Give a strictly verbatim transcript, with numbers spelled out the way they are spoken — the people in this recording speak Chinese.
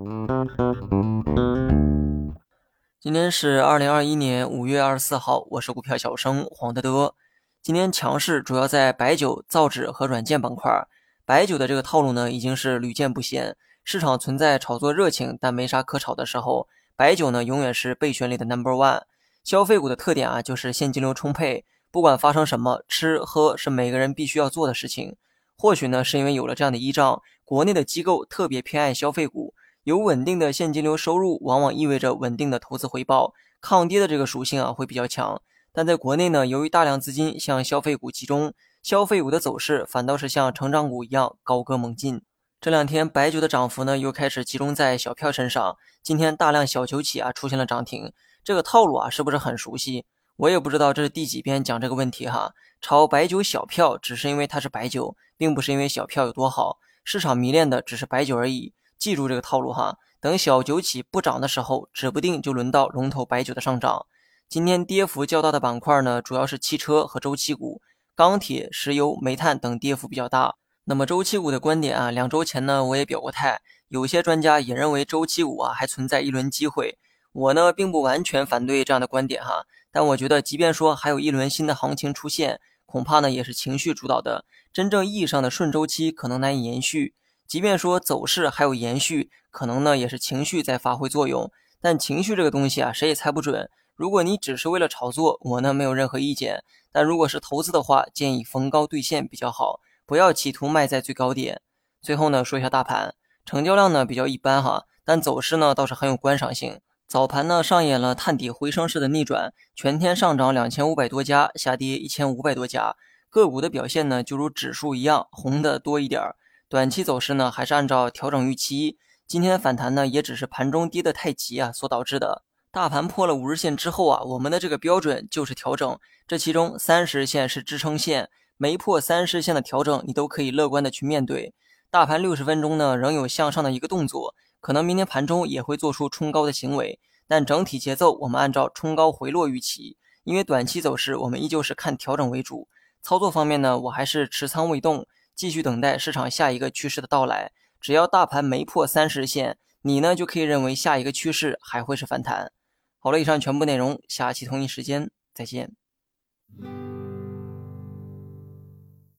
今天是二零二一年五月二十四号，我是股票小生黄德德。今天强势主要在白酒、造纸和软件板块。白酒的这个套路呢，已经是屡见不鲜。市场存在炒作热情但没啥可炒的时候，白酒呢永远是备选里的 number one。消费股的特点啊，就是现金流充沛，不管发生什么，吃喝是每个人必须要做的事情。或许呢，是因为有了这样的依仗，国内的机构特别偏爱消费股。有稳定的现金流收入，往往意味着稳定的投资回报，抗跌的这个属性啊会比较强。但在国内呢，由于大量资金向消费股集中，消费股的走势反倒是像成长股一样高歌猛进。这两天白酒的涨幅呢又开始集中在小票身上，今天大量小酒企啊出现了涨停，这个套路啊是不是很熟悉？我也不知道这是第几遍讲这个问题哈。炒白酒小票只是因为它是白酒，并不是因为小票有多好，市场迷恋的只是白酒而已。记住这个套路哈，等小酒企不涨的时候，指不定就轮到龙头白酒的上涨。今天跌幅较大的板块呢，主要是汽车和周期股，钢铁、石油、煤炭等跌幅比较大。那么周期股的观点啊，两周前呢我也表过态，有些专家也认为周期股啊还存在一轮机会。我呢并不完全反对这样的观点哈，但我觉得即便说还有一轮新的行情出现，恐怕呢也是情绪主导的，真正意义上的顺周期可能难以延续。即便说走势还有延续，可能呢也是情绪在发挥作用，但情绪这个东西啊，谁也猜不准。如果你只是为了炒作，我呢没有任何意见，但如果是投资的话，建议逢高兑现比较好，不要企图卖在最高点。最后呢说一下大盘，成交量呢比较一般哈，但走势呢倒是很有观赏性。早盘呢上演了探底回升式的逆转，全天上涨两千五百多家，下跌一千五百多家，个股的表现呢就如指数一样，红的多一点儿。短期走势呢，还是按照调整预期。今天反弹呢，也只是盘中跌得太急啊所导致的。大盘破了五日线之后啊，我们的这个标准就是调整。这其中三十日线是支撑线，没破三十日线的调整，你都可以乐观的去面对。大盘六十分钟呢，仍有向上的一个动作，可能明天盘中也会做出冲高的行为，但整体节奏我们按照冲高回落预期。因为短期走势我们依旧是看调整为主，操作方面呢，我还是持仓未动。继续等待市场下一个趋势的到来，只要大盘没破三十日线，你呢就可以认为下一个趋势还会是反弹。好了，以上全部内容，下期同一时间再见。